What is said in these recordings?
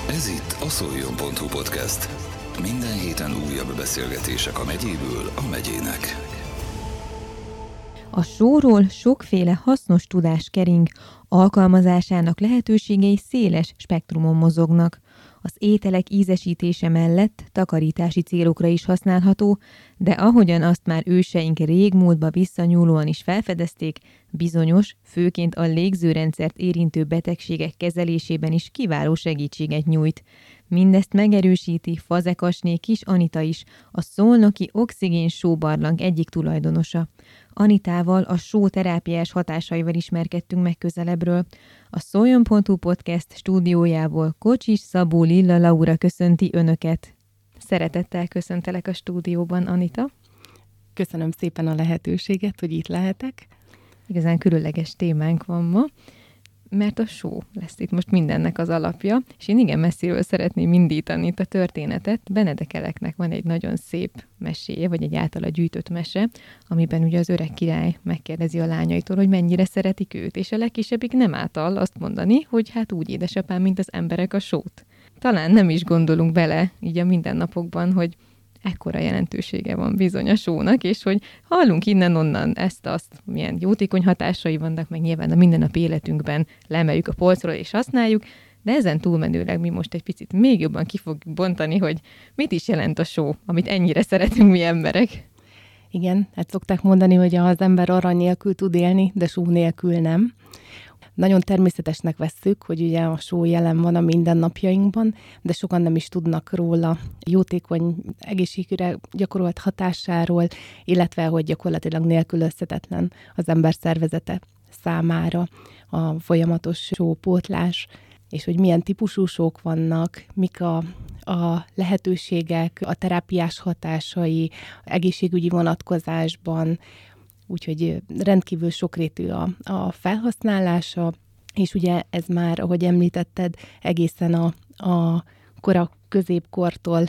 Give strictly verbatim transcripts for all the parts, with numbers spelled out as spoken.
Ez itt a Szóljon pont hu podcast. Minden héten újabb beszélgetések a megyéből a megyének. A showról sokféle hasznos tudás kering, alkalmazásának lehetőségei széles spektrumon mozognak. Az ételek ízesítése mellett takarítási célokra is használható, de ahogyan azt már őseink régmúltba visszanyúlóan is felfedezték, bizonyos, főként a légzőrendszert érintő betegségek kezelésében is kiváló segítséget nyújt. Mindezt megerősíti Fazekasné Kis Anita is, a szolnoki Oxigén Sóbarlang egyik tulajdonosa. Anitával a só terápiás hatásaival ismerkedtünk meg közelebbről. A Szóljon pont hu podcast stúdiójából Kocsis Szabó Lilla Laura köszönti Önöket. Szeretettel köszöntelek a stúdióban, Anita. Köszönöm szépen a lehetőséget, hogy itt lehetek. Igazán különleges témánk van ma, mert a só lesz itt most mindennek az alapja, és én igen messziről szeretném indítani itt a történetet. Benedek Eleknek van egy nagyon szép meséje, vagy egy általa gyűjtött mese, amiben ugye az öreg király megkérdezi a lányaitól, hogy mennyire szeretik őt, és a legkisebbik nem által azt mondani, hogy hát úgy édesapám, mint az emberek a sót. Talán nem is gondolunk bele így a mindennapokban, hogy ekkora jelentősége van bizony a sónak, és hogy hallunk innen-onnan ezt-azt, milyen jótékony hatásai vannak, meg nyilván a mindennapi életünkben leemeljük a polcról és használjuk, de ezen túlmenőleg mi most egy picit még jobban ki fogjuk bontani, hogy mit is jelent a só, amit ennyire szeretünk mi emberek. Igen, hát szokták mondani, hogy az ember arany nélkül tud élni, de só nélkül nem. Nagyon természetesnek vesszük, hogy ugye a só jelen van a mindennapjainkban, de sokan nem is tudnak róla jótékony egészségügyre gyakorolt hatásáról, illetve hogy gyakorlatilag nélkülözhetetlen az ember szervezete számára a folyamatos sópótlás, és hogy milyen típusú sók vannak, mik a, a lehetőségek, a terápiás hatásai, egészségügyi vonatkozásban. Úgyhogy rendkívül sokrétű a, a felhasználása, és ugye ez már, ahogy említetted, egészen a, a kora középkortól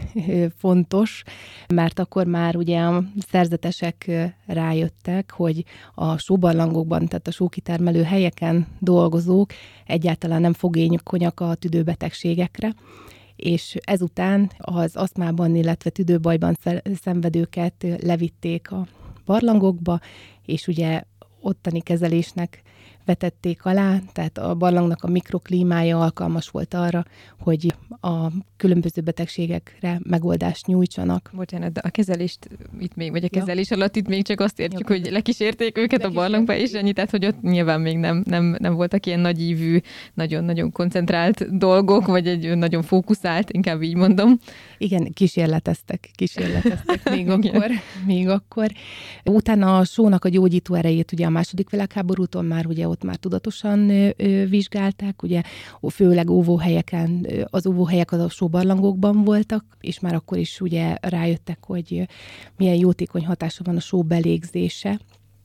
fontos, mert akkor már ugye a szerzetesek rájöttek, hogy a sóbarlangokban, tehát a sókitermelő helyeken dolgozók egyáltalán nem fogékonyak a tüdőbetegségekre, és ezután az asztmában, illetve tüdőbajban szenvedőket levitték a barlangokba, és ugye ottani kezelésnek vetették alá, tehát a barlangnak a mikroklímája alkalmas volt arra, hogy a különböző betegségekre megoldást nyújtsanak. Bocsánat, de a kezelést itt még, vagy a kezelés ja. alatt itt még csak azt értjük, ja. hogy lekísérték őket lekísérték. a barlangba, és ennyi, tehát hogy ott nyilván még nem, nem, nem voltak ilyen nagyívű, nagyon-nagyon koncentrált dolgok, vagy egy nagyon fókuszált, inkább így mondom. Igen, kísérleteztek, kísérleteztek még akkor, még akkor. Utána a sónak a gyógyító erejét ugye a második világháborúton már ugye ott már tudatosan ö, ö, vizsgálták, ugye főleg óvóhelyeken, az óvóhelyek az a sóbarlangokban voltak, és már akkor is ugye rájöttek, hogy milyen jótékony hatása van a só belégzése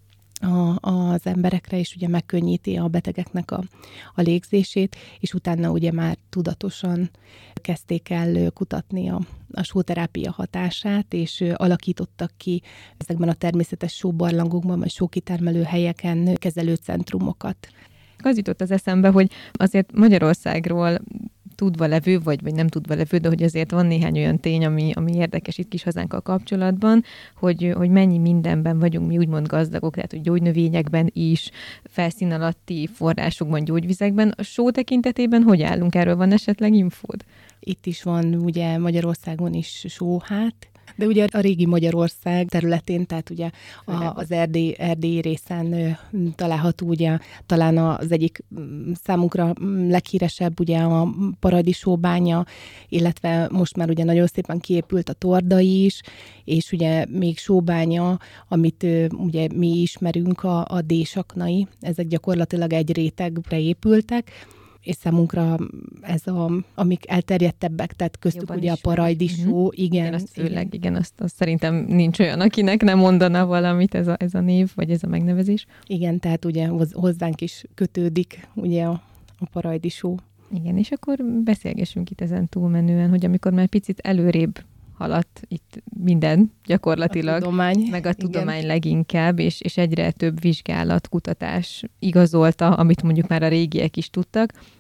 a, az emberekre, és ugye megkönnyíti a betegeknek a, a légzését, és utána ugye már tudatosan kezdték el kutatni a, a sóterápia hatását, és alakítottak ki ezekben a természetes sóbarlangokban, vagy sókitermelő helyeken kezelőcentrumokat. Az jutott az eszembe, hogy azért Magyarországról tudva levő, vagy, vagy nem tudva levő, de hogy azért van néhány olyan tény, ami, ami érdekes itt kis hazánkkal kapcsolatban, hogy, hogy mennyi mindenben vagyunk mi úgymond gazdagok, tehát hogy gyógynövényekben is, felszín alatti forrásokban, gyógyvizekben. A só tekintetében hogy állunk? Erről van esetleg infód? Itt is van ugye Magyarországon is sóhát, de ugye a régi Magyarország területén, tehát ugye a, az erdély, erdélyi részen ö, található ugye talán az egyik számunkra leghíresebb ugye a Parajdi sóbánya, illetve most már ugye nagyon szépen kiépült a Tordai is, és ugye még sóbánya, amit ö, ugye mi ismerünk, a, a désaknai, ezek gyakorlatilag egy rétegre épültek, és számunkra ez a, amik elterjedtebbek, tehát köztük jobban ugye ismer. A Parajdi só, uh-huh. igen. Igen, azt főleg, igen, igen azt, azt szerintem nincs olyan, akinek nem mondana valamit ez a, ez a név, vagy ez a megnevezés. Igen, tehát ugye hozzánk is kötődik ugye a, a Parajdi só. Igen, és akkor beszélgessünk itt ezen túlmenően, hogy amikor már picit előrébb haladt itt minden gyakorlatilag, a tudomány, meg a tudomány igen. leginkább, és, és egyre több vizsgálat, kutatás igazolta, amit mondjuk már a régiek is tudtak,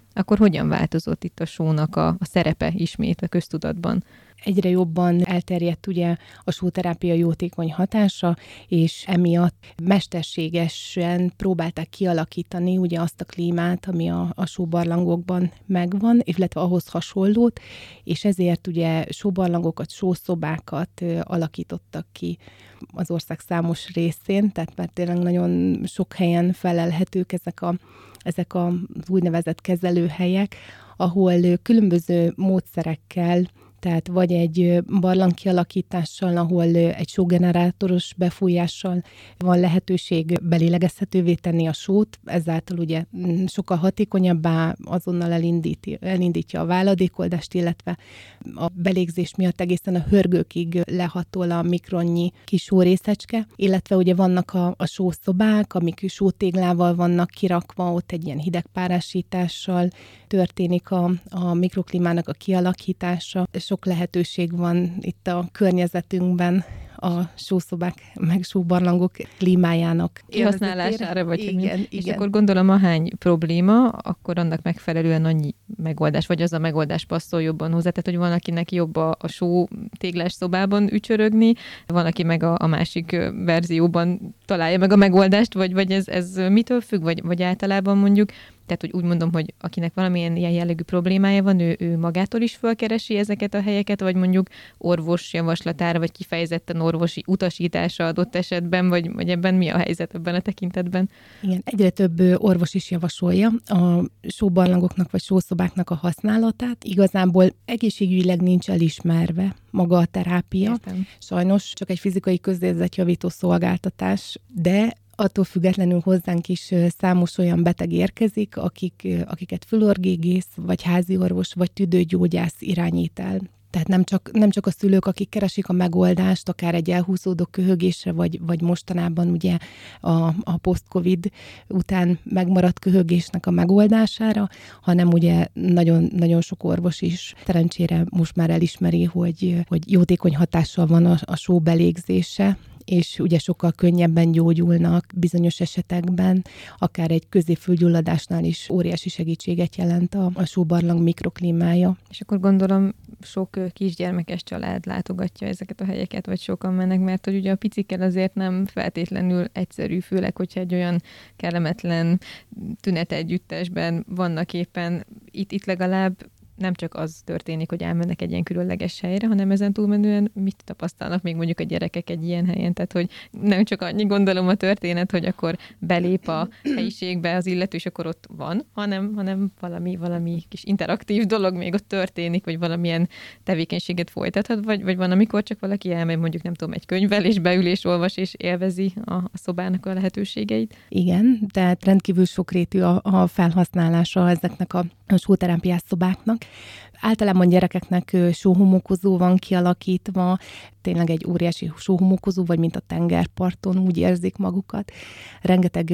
Akkor hogyan változott itt a sónak a, a szerepe ismét a köztudatban? Egyre jobban elterjedt ugye a sóterápia jótékony hatása, és emiatt mesterségesen próbálták kialakítani ugye azt a klímát, ami a, a sóbarlangokban megvan, illetve ahhoz hasonlót, és ezért ugye sóbarlangokat, sószobákat alakítottak ki az ország számos részén, tehát már tényleg nagyon sok helyen felelhetők ezek a, ezek az úgynevezett kezelőhelyek, ahol különböző módszerekkel, tehát vagy egy barlang kialakítással, ahol egy sógenerátoros befújással van lehetőség belélegezhetővé tenni a sót, ezáltal ugye sokkal hatékonyabbá azonnal elindít, elindítja a váladékoldást, illetve a belégzés miatt egészen a hörgőkig lehatol a mikronnyi kis sórészecske, illetve ugye vannak a, a sószobák, amik sótéglával vannak kirakva, ott egy ilyen hidegpárásítással történik a, a mikroklímának a kialakítása. Sok lehetőség van itt a környezetünkben a sószobák, meg sóbarlangok klímájának kihasználására, vagy igen, mi. igen. És akkor gondolom, ahány probléma, akkor annak megfelelően annyi megoldás, vagy az a megoldás passzol jobban hozzá. Tehát, hogy van, akinek jobb a, a só téglás szobában ücsörögni, van, aki meg a, a másik verzióban találja meg a megoldást, vagy, vagy ez, ez mitől függ, vagy, vagy általában mondjuk. Tehát, hogy úgy mondom, hogy akinek valamilyen ilyen jellegű problémája van, ő, ő magától is felkeresi ezeket a helyeket, vagy mondjuk orvos javaslatára, vagy kifejezetten orvosi utasítása adott esetben, vagy, vagy ebben mi a helyzet ebben a tekintetben? Igen, egyre több orvos is javasolja a sóbarlangoknak, vagy sószobáknak a használatát. Igazából egészségügyileg nincs elismerve maga a terápia. Értem. Sajnos csak egy fizikai közérzetjavító szolgáltatás, de attól függetlenül hozzánk is számos olyan beteg érkezik, akik, akiket fülorgégész, vagy háziorvos, vagy tüdőgyógyász irányít el. Tehát nem csak, nem csak a szülők, akik keresik a megoldást, akár egy elhúzódó köhögésre, vagy, vagy mostanában ugye a, a post-covid után megmaradt köhögésnek a megoldására, hanem ugye nagyon, nagyon sok orvos is szerencsére most már elismeri, hogy, hogy jótékony hatással van a, a só belégzése, és ugye sokkal könnyebben gyógyulnak bizonyos esetekben, akár egy középfülgyulladásnál is óriási segítséget jelent a, a sóbarlang mikroklímája. És akkor gondolom sok kisgyermekes család látogatja ezeket a helyeket, vagy sokan mennek, mert hogy ugye a picikkel azért nem feltétlenül egyszerű, főleg, hogyha egy olyan kellemetlen tünetegyüttesben vannak éppen, itt, itt legalább nem csak az történik, hogy elmennek egy ilyen különleges helyre, hanem ezen túlmenően mit tapasztalnak még mondjuk a gyerekek egy ilyen helyen. Tehát, hogy nem csak annyi gondolom a történet, hogy akkor belép a helyiségbe az illető, és akkor ott van, hanem, hanem valami, valami kis interaktív dolog még ott történik, vagy valamilyen tevékenységet folytathat, vagy, vagy van, amikor csak valaki elmegy mondjuk, nem tudom, egy könyvvel, és beül és olvas, és élvezi a, a szobának a lehetőségeit. Igen, tehát rendkívül sokrétű a, a felhasználása ezeknek a, a sóterápiás szobáknak. Általában gyerekeknek sóhomokozó van kialakítva, tényleg egy óriási sóhomokozó, vagy mint a tengerparton úgy érzik magukat. Rengeteg,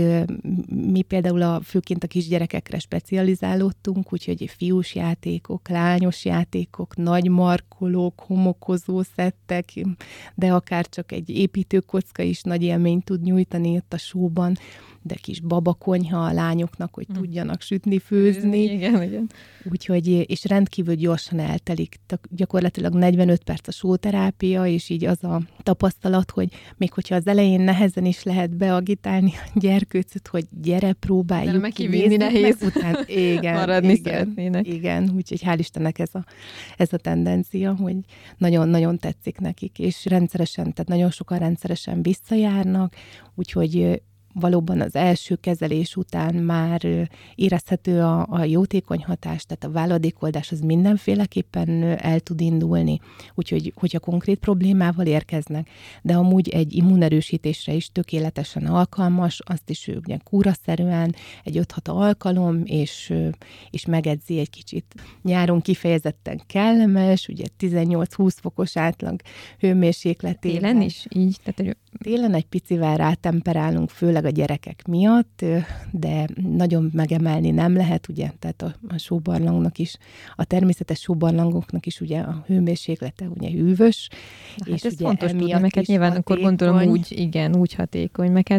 mi például a, főként a kisgyerekekre specializálódtunk, úgyhogy fiús játékok, lányos játékok, nagy markolók, homokozó szettek, de akár csak egy építőkocka is nagy élményt tud nyújtani itt a sóban, de kis babakonyha a lányoknak, hogy hmm. tudjanak sütni, főzni. Igen, igen. Úgyhogy, és rendkívül gyorsan eltelik. Gyakorlatilag negyvenöt perc a sóterápia, és így az a tapasztalat, hogy még hogyha az elején nehezen is lehet beagitálni a gyerkőcöt, hogy gyere, próbáljuk meg kivinni, nehéz. Után, igen, maradni igen, szeretnének. Igen, úgyhogy hál' Istennek ez a, ez a tendencia, hogy nagyon-nagyon tetszik nekik, és rendszeresen, tehát nagyon sokan rendszeresen visszajárnak, úgyhogy valóban az első kezelés után már érezhető a, a jótékony hatás, tehát a váladékoldás az mindenféleképpen el tud indulni, úgyhogy hogyha konkrét problémával érkeznek, de amúgy egy immunerősítésre is tökéletesen alkalmas, azt is ugye kúraszerűen egy öt-hat alkalom, és, és megedzi egy kicsit. Nyáron kifejezetten kellemes, ugye tizennyolc-húsz fokos átlag hőmérsékletében. Télen is így? Tehát, hogy... Télen egy picivel rátemperálunk, főleg a gyerekek miatt, de nagyon megemelni nem lehet, ugye, tehát a, a sóbarlangnak is, a természetes sóbarlangoknak is ugye a hőmérséklete ugye hűvös. Na, és hát ez fontos tudni, meg hát nyilván hatékony. Akkor gondolom úgy, igen, úgy hatékony, meg hát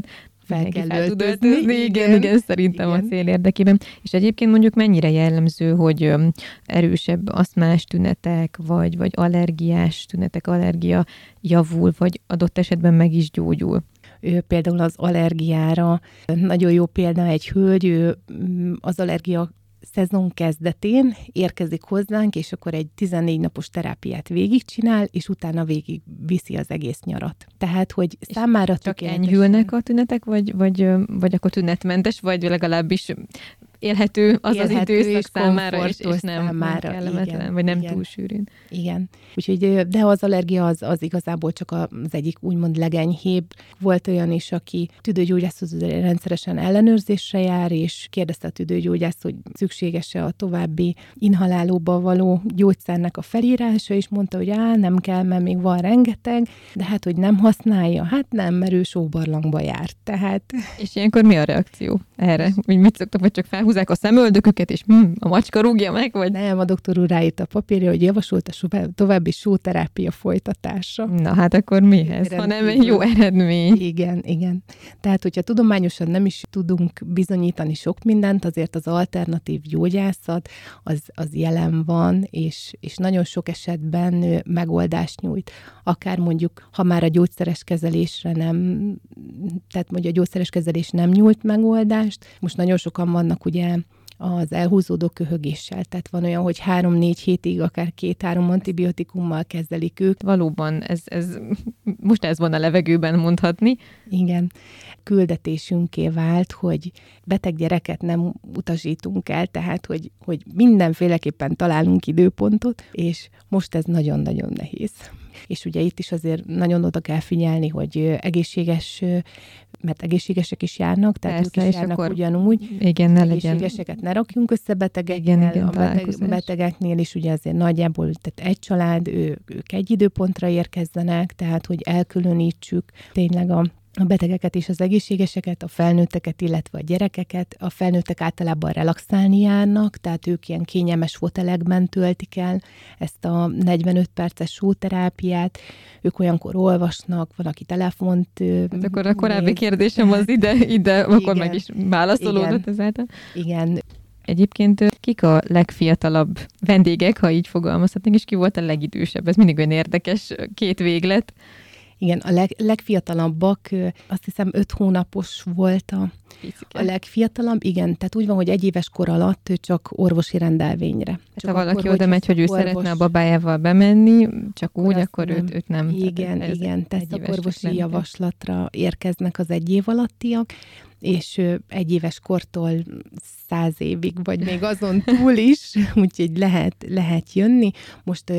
fel kell fel tud öltözni. öltözni. Igen, igen, igen, szerintem igen. A cél érdekében. És egyébként mondjuk mennyire jellemző, hogy erősebb asztmás tünetek, vagy, vagy allergiás tünetek, allergia javul, vagy adott esetben meg is gyógyul? Ő például az allergiára nagyon jó példa egy hölgy, ő az allergia szezon kezdetén érkezik hozzánk, és akkor egy tizennégy napos terápiát végigcsinál, és utána végig viszi az egész nyarat. Tehát, hogy és számára csak enyhülnek a tünetek, vagy, vagy, vagy akkor tünetmentes, vagy legalábbis élhető az élhető az időszak számára, és, és nem, számára, nem kellemetlen, igen, vagy nem igen. túl sűrűn. Igen. Úgyhogy, de az allergia az, az igazából csak az egyik úgymond legenyhébb. Volt olyan is, aki tüdőgyógyászhoz rendszeresen ellenőrzésre jár, és kérdezte a tüdőgyógyász, hogy szükséges-e a további inhalálóba való gyógyszernek a felírása, és mondta, hogy á, nem kell, mert még van rengeteg, de hát, hogy nem használja, hát nem, mert ő sóbarlangba járt. Tehát... És ilyenkor mi a reakció erre? Hogy mit szoktak, vagy csak felhúzzák a szemöldöküket, és hm, a macska rúgja meg, vagy? Nem, a doktor úr ráírt a papírja, hogy javasolt a további sóterápia folytatása. Na hát akkor mihez, hanem egy jó eredmény. Igen, igen. Tehát, hogyha tudományosan nem is tudunk bizonyítani sok mindent, azért az alternatív gyógyászat az, az jelen van, és, és nagyon sok esetben megoldást nyújt. Akár mondjuk, ha már a gyógyszeres kezelésre nem, tehát mondjuk a gyógyszeres kezelés nem nyújt megoldást, most nagyon sokan vannak ugye az elhúzódó köhögéssel. Tehát van olyan, hogy három-négy hétig, akár két-három antibiotikummal kezelik ők. Valóban, ez, ez, most ez van a levegőben mondhatni. Igen. Küldetésünké vált, hogy beteg gyereket nem utasítunk el, tehát, hogy, hogy mindenféleképpen találunk időpontot, és most ez nagyon-nagyon nehéz. És ugye itt is azért nagyon oda kell figyelni, hogy egészséges, mert egészségesek is járnak, tehát persze, ők is járnak akkor, ugyanúgy. Igen, ne egészségeseket legyen. ne rakjunk össze betegeknél, igen, igen, a beteg, betegeknél is ugye azért nagyjából, tehát egy család, ő, ők egy időpontra érkezzenek, tehát hogy elkülönítsük tényleg a a betegeket és az egészségeseket, a felnőtteket, illetve a gyerekeket. A felnőttek általában relaxálni járnak, tehát ők ilyen kényelmes fotelekben töltik el ezt a negyvenöt perces sóterápiát. Ők olyankor olvasnak, van, aki telefont... Hát akkor a korábbi néz. kérdésem az ide, ide akkor igen, meg is válaszolódott ezáltal. Igen. Egyébként kik a legfiatalabb vendégek, ha így fogalmazhatnénk, és ki volt a legidősebb? Ez mindig olyan érdekes két véglet. Igen, a leg, legfiatalabbak, azt hiszem öt hónapos volt a, a legfiatalabb. Igen, tehát úgy van, hogy egy éves kor alatt csak orvosi rendelvényre. Csak ha valaki oda megy, hogy ő orvos... szeretne a babájával bemenni, csak úgy, akkor nem. őt, őt nem. Igen, ez igen, tehát a orvosi javaslatra érkeznek az egy év alattiak, és egy éves kortól száz évig, vagy még azon túl is, úgyhogy lehet, lehet jönni. Most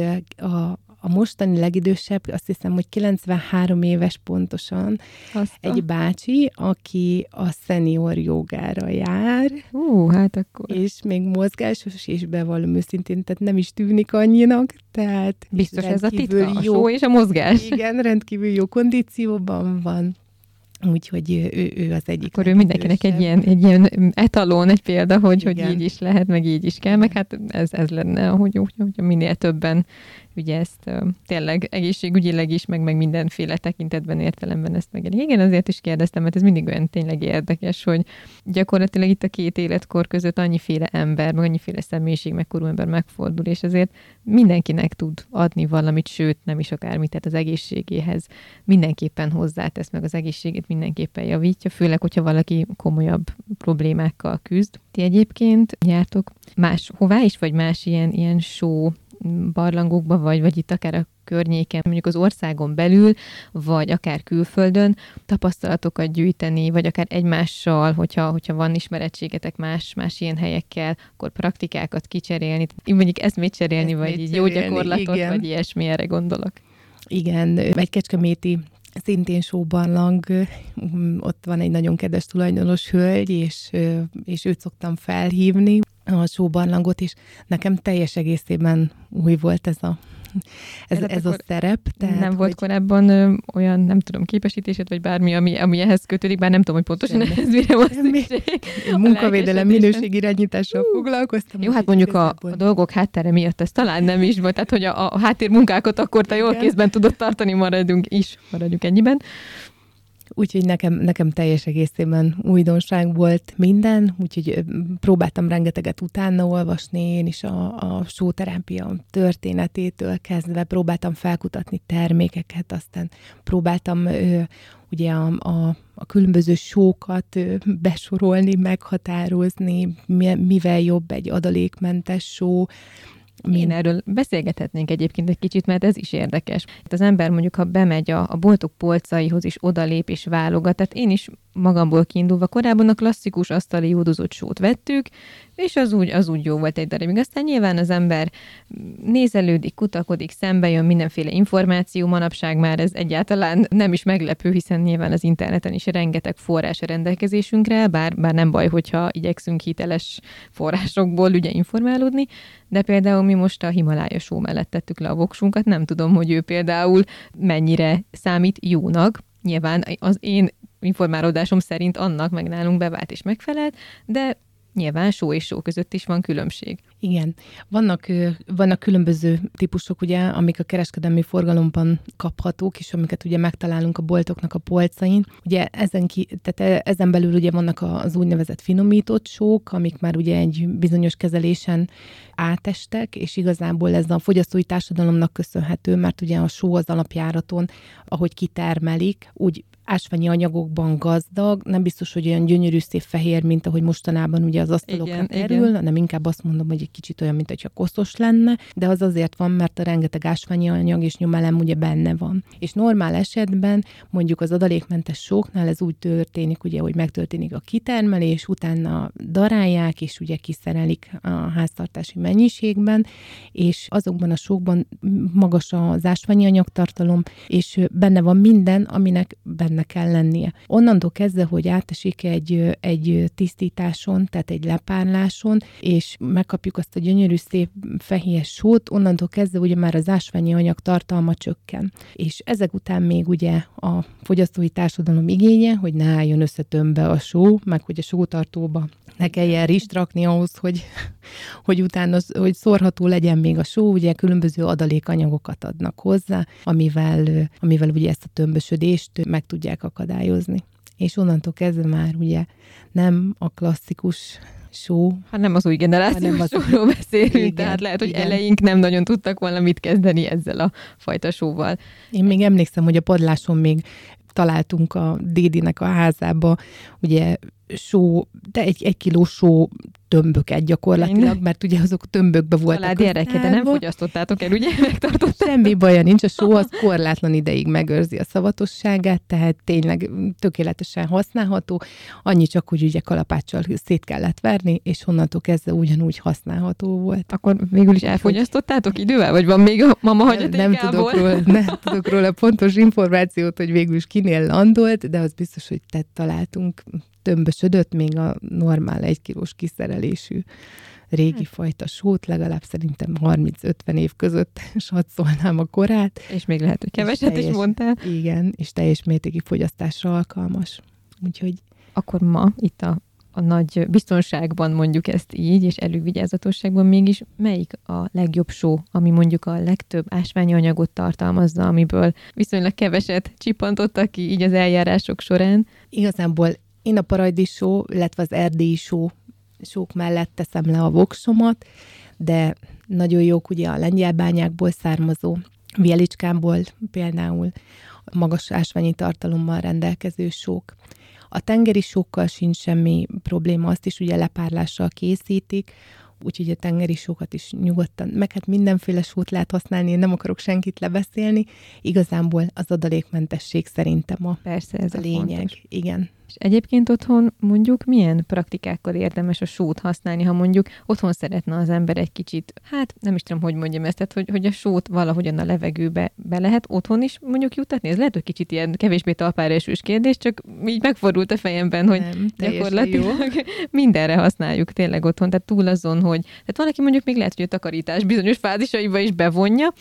a A mostani legidősebb, azt hiszem, hogy kilencvenhárom éves pontosan, Azta. egy bácsi, aki a szenior jogára jár. Ú, hát akkor. És még mozgásos, és bevallom őszintén, tehát nem is tűnik annyinak, tehát biztos ez a titka, a só és a mozgás. Igen, rendkívül jó kondícióban van. Úgyhogy ő, ő az egyik. Akkor ő mindenkinek egy ilyen, egy ilyen etalon, egy példa, hogy, hogy így is lehet, meg így is kell, meg hát ez, ez lenne, hogy, hogy minél többen ugye ezt uh, tényleg egészségügyileg is, meg, meg mindenféle tekintetben, értelemben ezt meg. Igen, azért is kérdeztem, mert ez mindig olyan tényleg érdekes, hogy gyakorlatilag itt a két életkor között annyiféle ember, meg annyiféle személyiség, meg korú ember megfordul, és azért mindenkinek tud adni valamit, sőt, nem is akármit, tehát az egészségéhez mindenképpen hozzátesz, meg az egészségét mindenképpen javítja, főleg, hogyha valaki komolyabb problémákkal küzd. Ti egyébként jártok más hová is, vagy más ilyen, ilyen show barlangokba, vagy, vagy itt akár a környéken, mondjuk az országon belül, vagy akár külföldön tapasztalatokat gyűjteni, vagy akár egymással, hogyha, hogyha van ismerettségetek más, más ilyen helyekkel, akkor praktikákat kicserélni, mondjuk eszmét cserélni, eszmét vagy így jó gyakorlatot, igen. Vagy ilyesmi, erre gondolok. Igen, egy kecskeméti szintén sóbarlang, ott van egy nagyon kedves tulajdonos hölgy, és, és őt szoktam felhívni, a sóbarlangot is. Nekem teljes egészében új volt ez a, ez, ez a szerep. Tehát, nem volt hogy... korábban ö, olyan, nem tudom, képesítésed, vagy bármi, ami, ami ehhez kötődik, bár nem tudom, hogy pontosan ehhez mire van szükség. Munkavédelem minőségirányítással uh. foglalkoztam. Jó, hát mondjuk a, a dolgok háttere miatt ez talán nem is volt, tehát hogy a, a háttérmunkákat akkor te jól kézben tudod tartani, maradjunk is, maradjunk ennyiben. úgyhogy nekem, nekem teljes egészében újdonság volt minden, úgyhogy próbáltam rengeteget utána olvasni, én is a, a sóterápia történetétől kezdve próbáltam felkutatni termékeket, aztán próbáltam ö, ugye a, a, a különböző sókat ö, besorolni, meghatározni, mivel jobb egy adalékmentes só. Én erről beszélgethetnénk egyébként egy kicsit, mert ez is érdekes. Itt az ember mondjuk, ha bemegy a, a boltok polcaihoz is, odalép és válogat. Tehát én is magamból kiindulva korábban a klasszikus asztali jódozott sót vettük, és az úgy, az úgy jó volt egy darabig. Aztán nyilván az ember nézelődik, kutakodik, szembe jön mindenféle információ, manapság már ez egyáltalán nem is meglepő, hiszen nyilván az interneten is rengeteg forrás a rendelkezésünkre, bár, bár nem baj, hogyha igyekszünk hiteles forrásokból ugye informálódni, de például mi most a Himalája só mellett tettük le a voksunkat, nem tudom, hogy ő például mennyire számít jónak. Nyilván az én informálódásom szerint annak meg nálunk bevált és megfelelt, de nyilván só és só között is van különbség. Igen. Vannak, vannak különböző típusok, ugye, amik a kereskedelmi forgalomban kaphatók, és amiket ugye megtalálunk a boltoknak a polcain. Ugye ezen, ki, tehát ezen belül ugye vannak az úgynevezett finomított sók, amik már ugye egy bizonyos kezelésen átestek, és igazából ez a fogyasztói társadalomnak köszönhető, mert ugye a só az alapjáraton, ahogy kitermelik, úgy ásványi anyagokban gazdag, nem biztos, hogy olyan gyönyörű, szép fehér, mint ahogy mostanában ugye az asztalokra kerül, igen. hanem inkább azt mondom, hogy egy kicsit olyan, mint hogyha koszos lenne, de az azért van, mert a rengeteg ásványi anyag és nyomelem ugye benne van. És normál esetben mondjuk az adalékmentes sóknál ez úgy történik, ugye, hogy megtörténik a kitermelés, utána darálják, és ugye kiszerelik a háztartási mennyiségben, és azokban a sókban magas az ásványi anyagtartalom, és benne van minden, aminek benne kell lennie. Onnantól kezdve, hogy átesik egy, egy tisztításon, tehát egy lepárláson, és megkapjuk azt a gyönyörű szép fehér sót, onnantól kezdve ugye már az ásványi anyag tartalma csökken. És ezek után még ugye a fogyasztói társadalom igénye, hogy ne álljon össze tömbbe a só, meg hogy a sótartóba ne kelljen rist rakni ahhoz, hogy, hogy utána hogy szórható legyen még a só, ugye különböző adalékanyagokat adnak hozzá, amivel, amivel ugye ezt a tömbösödést meg tudják akadályozni. És onnantól kezdve már ugye nem a klasszikus só. Hát nem az új generációs sóról beszélünk, igen, tehát lehet, hogy igen. eleink nem nagyon tudtak volna mit kezdeni ezzel a fajta sóval. Én még emlékszem, hogy a padláson még találtunk a Dédinek a házába, ugye só, de egy, egy kiló só tömböket gyakorlatilag, mert ugye azok tömbökbe voltak. Családi gyereke, de nem fogyasztottátok el, ugye? Megtartottátok? Semmi baja nincs, a só az korlátlan ideig megőrzi a szavatosságát, tehát tényleg tökéletesen használható. Annyi csak, hogy ugye kalapáccsal szét kellett verni, és onnantól kezdve ugyanúgy használható volt. Akkor végül is elfogyasztottátok idővel? Vagy van még a mama hagyatékából? Nem tudok róla, nem tudok róla pontos információt, hogy végül is kinél landolt, de az biztos, hogy tett találtunk tömbösödött még a normál egy kilós kiszerelésű régi hát. fajta sót, legalább szerintem harminc-ötven év között satszolnám a korát. És még lehet, hogy keveset teljes, is mondtál. Igen, és teljes mértékű fogyasztásra alkalmas. Úgyhogy... Akkor ma itt a, a nagy biztonságban mondjuk ezt így, és elővigyázatosságban mégis melyik a legjobb só, ami mondjuk a legtöbb ásványi anyagot tartalmazza, amiből viszonylag keveset csipantottak ki így az eljárások során? Igazából én a parajdi só, illetve az erdélyi só, sók mellett teszem le a voksomat, de nagyon jók ugye a lengyelbányákból származó, Vielicskából például magas ásványi tartalommal rendelkező sók. A tengeri sókkal sincs semmi probléma, azt is ugye lepárlással készítik, úgyhogy a tengeri sókat is nyugodtan, meg hát mindenféle sót lehet használni, én nem akarok senkit lebeszélni. Igazából az adalékmentesség szerintem a, Persze, ez a, a lényeg. Fontos. Igen. És egyébként otthon mondjuk milyen praktikákkal érdemes a sót használni, ha mondjuk otthon szeretne az ember egy kicsit, hát nem is tudom, hogy mondjam ezt, tehát hogy, hogy a sót valahogyan a levegőbe be lehet otthon is mondjuk jutatni? Ez lehet, hogy kicsit ilyen kevésbé talpára esős kérdés, csak így megfordult a fejemben, hogy nem, gyakorlatilag mindenre használjuk tényleg otthon, tehát túl azon, hogy tehát valaki mondjuk még lehet, hogy a takarítás bizonyos fázisaiba is bevonja.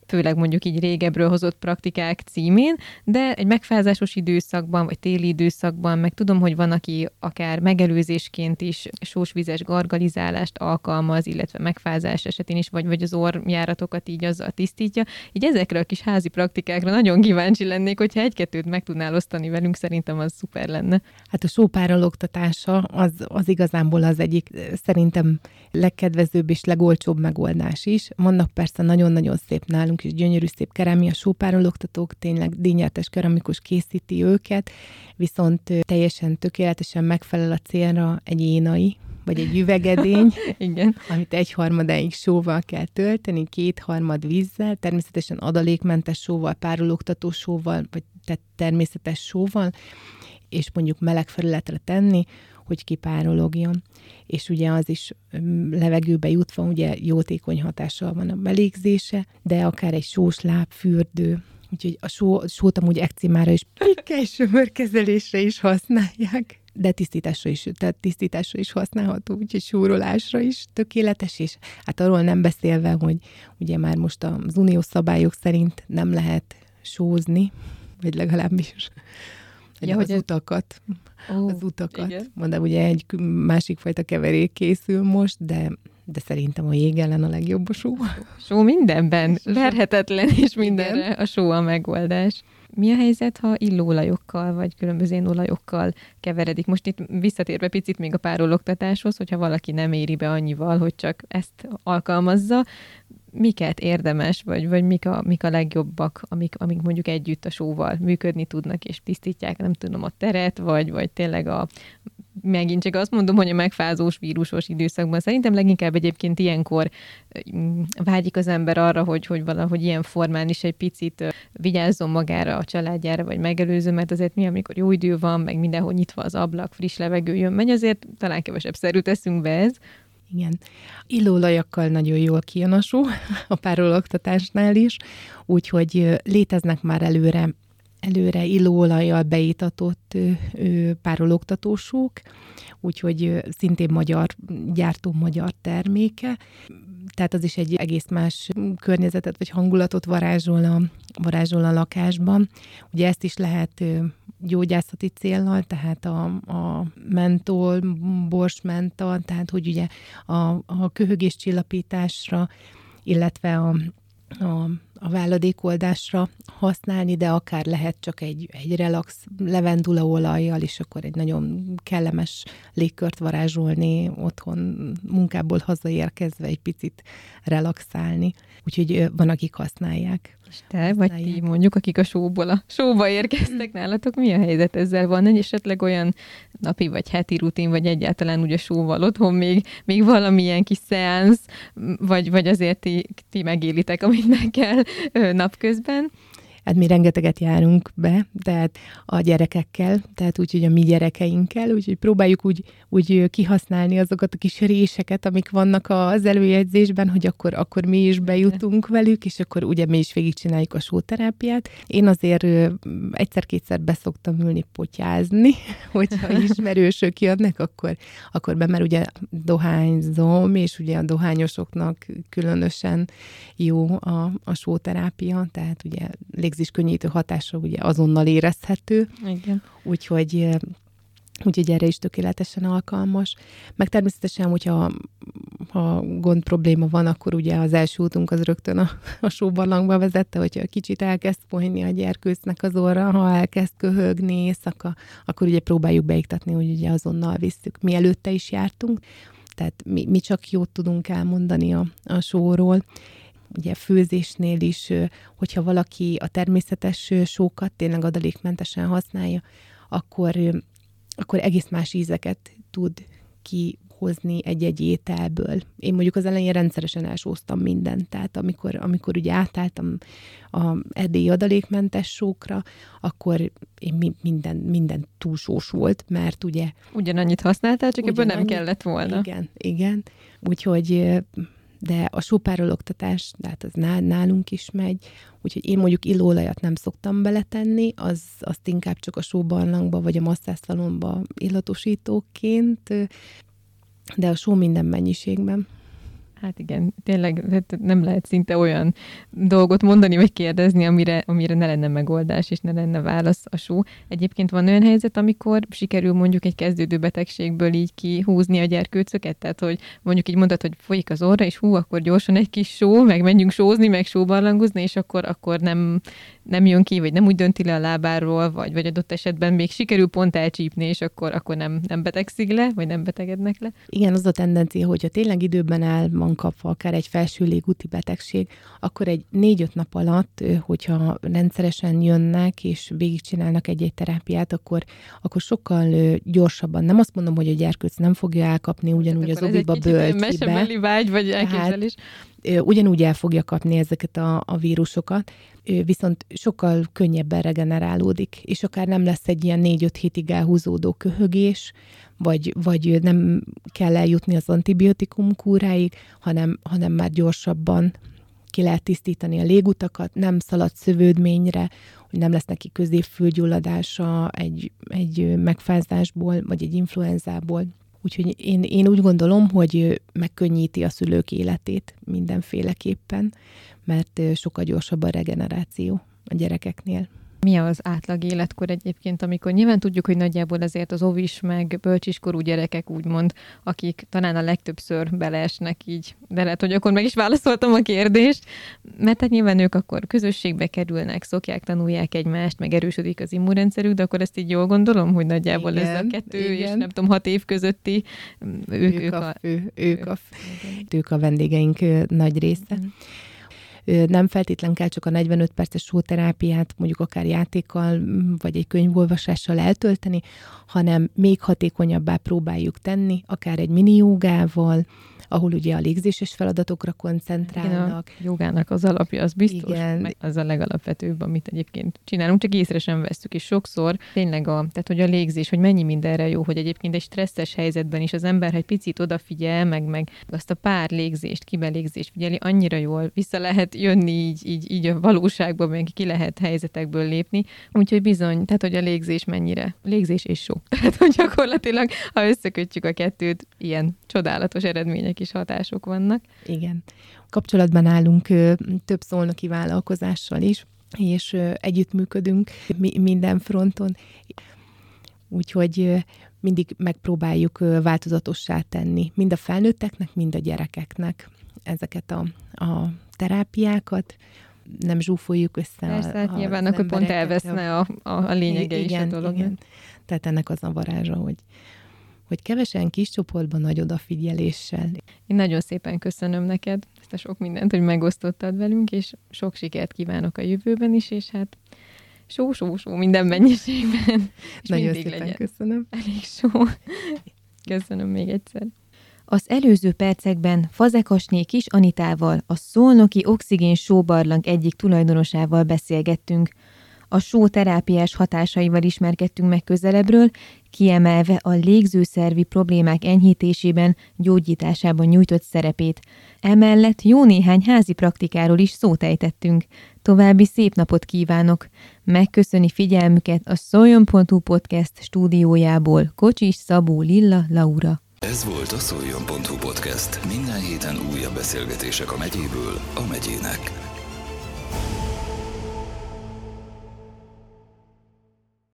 főleg mondjuk így régebről hozott praktikák címén, de egy megfázásos időszakban, vagy téli időszakban, meg tudom, hogy van, aki akár megelőzésként is sósvizes gargalizálást alkalmaz, illetve megfázás esetén is, vagy, vagy az orrjáratokat így azzal tisztítja. Így ezekre a kis házi praktikákra nagyon kíváncsi lennék, hogyha egy-kettőt meg tudnál osztani velünk, szerintem az szuper lenne. Hát a sópárologtatása az, az igazából az egyik szerintem legkedvezőbb és legolcsóbb megoldás is. Vannak persze nagyon-nagyon szép nálunk is gyönyörű szép kerámia sópárologtatók, tényleg díjnyertes keramikus készíti őket, viszont teljesen tökéletesen megfelel a célra egy énai, vagy egy üvegedény, Igen. amit egyharmadáig sóval kell tölteni, kétharmad vízzel, természetesen adalékmentes sóval, párologtató sóval, vagy tehát természetes sóval, és mondjuk meleg felületre tenni, hogy kipárologjon. És ugye az is levegőbe jutva, ugye jótékony hatással van a belégzése, de akár egy sós lábfürdő, úgyhogy a, só, a sót amúgy ekcimára és pikkely sömörkezelésre is használják, de tisztításra is, tehát tisztításra is használható, úgyhogy súrolásra is tökéletes, és hát arról nem beszélve, hogy ugye már most az uniós szabályok szerint nem lehet sózni, vagy legalábbis ja, az, hogy utakat, ó, az utakat. Mondom, ugye egy másik fajta keverék készül most, de, de szerintem a jég ellen a legjobb a só. Só mindenben, verhetetlen, és mindenre igen. A só a megoldás. Mi a helyzet, ha illóolajokkal, vagy különböző olajokkal keveredik? Most itt visszatérve picit még a párologtatáshoz, hogyha valaki nem éri be annyival, hogy csak ezt alkalmazza, miket érdemes, vagy, vagy mik, a, mik a legjobbak, amik, amik mondjuk együtt a sóval működni tudnak, és tisztítják, nem tudom, a teret, vagy, vagy tényleg a megint csak azt mondom, hogy a megfázós, vírusos időszakban szerintem leginkább egyébként ilyenkor vágyik az ember arra, hogy, hogy valahogy ilyen formán is egy picit vigyázzon magára, a családjára, vagy megelőző, mert azért mi, amikor jó idő van, meg mindenhol nyitva az ablak, friss levegő jön, megy, azért talán kevesebb szerű teszünk be ez. Igen. Illóolajakkal nagyon jól kijön a só, a párologtatásnál is, úgyhogy léteznek már előre előre illóolajjal beítatott párologtatósók, úgyhogy szintén magyar, gyártó magyar terméke. Tehát az is egy egész más környezetet vagy hangulatot varázsol a, varázsol a lakásban. Ugye ezt is lehet gyógyászati céllal, tehát a, a mentol, borsmenta, tehát hogy ugye a, a köhögéscsillapításra, illetve a, a a váladékoldásra használni, de akár lehet csak egy, egy relax levendulaolajjal, és akkor egy nagyon kellemes légkört varázsolni, otthon munkából hazaérkezve egy picit relaxálni. Úgyhogy van, akik használják. És te, vagy ti mondjuk, akik a sóból a sóba érkeztek nálatok, mi a helyzet ezzel? Van egy esetleg olyan napi vagy heti rutin, vagy egyáltalán úgy a sóval otthon még, még valamilyen kis szeánsz, vagy, vagy azért ti, ti megélitek, amit meg kell napközben? Hát mi rengeteget járunk be, tehát a gyerekekkel, tehát úgy, hogy a mi gyerekeinkkel, úgyhogy próbáljuk úgy, úgy kihasználni azokat a kis réseket, amik vannak az előjegyzésben, hogy akkor, akkor mi is bejutunk velük, és akkor ugye mi is végigcsináljuk a sóterápiát. Én azért egyszer-kétszer beszoktam ülni potyázni, hogyha ismerősök jönnek, akkor, akkor be, mert ugye dohányzom, és ugye a dohányosoknak különösen jó a, a sóterápia, tehát ugye légzéskönnyítő hatása ugye azonnal érezhető. Igen. Úgyhogy, úgyhogy erre is tökéletesen alkalmas. Meg természetesen, hogyha ha gond probléma van, akkor ugye az első útunk az rögtön a, a sóbarlangba vezette, hogyha kicsit elkezd folyni a gyerkőcnek az orra, ha elkezd köhögni éjszaka, akkor ugye próbáljuk beiktatni, hogy ugye azonnal visszük. Mi előtte is jártunk, tehát mi, mi csak jót tudunk elmondani a, a sóról. Ugye főzésnél is, hogyha valaki a természetes sókat tényleg adalékmentesen használja, akkor, akkor egész más ízeket tud kihozni egy-egy ételből. Én mondjuk az elején rendszeresen elsóztam mindent, tehát amikor, amikor ugye átálltam a erdélyi adalékmentes sókra, akkor én minden, minden túl sós volt, mert ugye... Ugyanannyit használtál, csak ebből nem kellett volna. Igen, igen. Úgyhogy... de a sópárologtatás, tehát az nálunk is megy, úgyhogy én mondjuk illóolajat nem szoktam beletenni, az, azt inkább csak a sóbarlangba vagy a masszászalonba illatosítóként, de a só minden mennyiségben. Hát igen, tényleg nem lehet szinte olyan dolgot mondani, vagy kérdezni, amire, amire ne lenne megoldás, és ne lenne válasz a só. Egyébként van olyan helyzet, amikor sikerül mondjuk egy kezdődő betegségből így kihúzni a gyerkőcöket, tehát hogy mondjuk így mondod, hogy folyik az orra, és hú, akkor gyorsan egy kis só, meg menjünk sózni, meg sóbarlangozni, és akkor, akkor nem, nem jön ki, vagy nem úgy dönti le a lábáról, vagy, vagy adott esetben még sikerül pont elcsípni, és akkor, akkor nem, nem betegszik le, vagy nem betegednek le. Igen, az a tendencia, hogyha tényleg időben el van kapva akár egy felső légúti betegség, akkor egy négy-öt nap alatt, hogyha rendszeresen jönnek és végigcsinálnak egy-egy terápiát, akkor, akkor sokkal gyorsabban, nem azt mondom, hogy a gyerkőc nem fogja elkapni ugyanúgy az oviba bölcsibe. Mesebeli vágy, vagy elképzelés. Tehát, ugyanúgy el fogja kapni ezeket a, a vírusokat, viszont sokkal könnyebben regenerálódik, és akár nem lesz egy ilyen négy-öt hétig elhúzódó köhögés, vagy, vagy nem kell eljutni az antibiotikum kúráig, hanem, hanem már gyorsabban ki lehet tisztítani a légutakat, nem szalad szövődményre, hogy nem lesz neki középfülgyulladása egy, egy megfázásból, vagy egy influenzából. Úgyhogy én, én úgy gondolom, hogy megkönnyíti a szülők életét mindenféleképpen, mert sokkal gyorsabb a regeneráció a gyerekeknél. Mi az átlag életkor egyébként, amikor nyilván tudjuk, hogy nagyjából azért az óvis meg bölcsiskorú gyerekek úgymond, akik talán a legtöbbször beleesnek így, de lehet, hogy akkor meg is válaszoltam a kérdést, mert hát nyilván ők akkor közösségbe kerülnek, szokják, tanulják egymást, meg erősödik az immunrendszerük, de akkor ezt így jól gondolom, hogy nagyjából igen, ez a kettő igen. és nem tudom, hat év közötti ők, ők, ők a, a fő, ők, ők, a, ők a vendégeink nagy része. Mm. Nem feltétlen kell csak a negyvenöt perces sóterápiát mondjuk akár játékkal, vagy egy könyvolvasással eltölteni, hanem még hatékonyabbá próbáljuk tenni, akár egy mini jogával, ahol ugye a légzéses feladatokra koncentrálnak. Igen, a jogának az alapja, az biztos, igen. Az a legalapvetőbb, amit egyébként csinálunk, csak észre sem vesszük, és sokszor tényleg a, tehát hogy a légzés, hogy mennyi mindenre jó, hogy egyébként egy stresszes helyzetben is az ember, ha egy picit odafigyel, meg, meg azt a pár légzést, kibelégzést figyeli, annyira jól vissza lehet jönni így, így, így a valóságba, meg ki lehet helyzetekből lépni. Úgyhogy bizony, tehát hogy a légzés mennyire, légzés és só. Tehát hogy gyakorlatilag, ha összekötjük a kettőt, ilyen csodálatos eredmények is hatások vannak. Igen. Kapcsolatban állunk több szolnoki vállalkozással is, és együttműködünk minden fronton. Úgyhogy mindig megpróbáljuk változatossá tenni, mind a felnőtteknek, mind a gyerekeknek ezeket a, a terápiákat. Nem zsúfoljuk össze. Persze, a, nyilván akkor pont elveszne a, a, a lényege igen, is a dolognak. Igen. Tehát ennek az a varázsa, hogy hogy kevesen kis csoportban nagy odafigyeléssel. Én nagyon szépen köszönöm neked ezt a sok mindent, hogy megosztottad velünk, és sok sikert kívánok a jövőben is, és hát só-só-só minden mennyiségben. És nagyon szépen legyen. Köszönöm. Elég só. Köszönöm még egyszer. Az előző percekben Fazekas-né Kis Anitával, a szolnoki Oxigén sóbarlang egyik tulajdonosával beszélgettünk. A só terápiás hatásaival ismerkedtünk meg közelebbről, kiemelve a légzőszervi problémák enyhítésében, gyógyításában nyújtott szerepét. Emellett jó néhány házi praktikáról is szót ejtettünk. További szép napot kívánok! Megköszöni figyelmüket a Szoljon pont hu podcast stúdiójából Kocsis Szabó Lilla Laura. Ez volt a Szoljon pont hu podcast. Minden héten újabb beszélgetések a megyéből a megyének.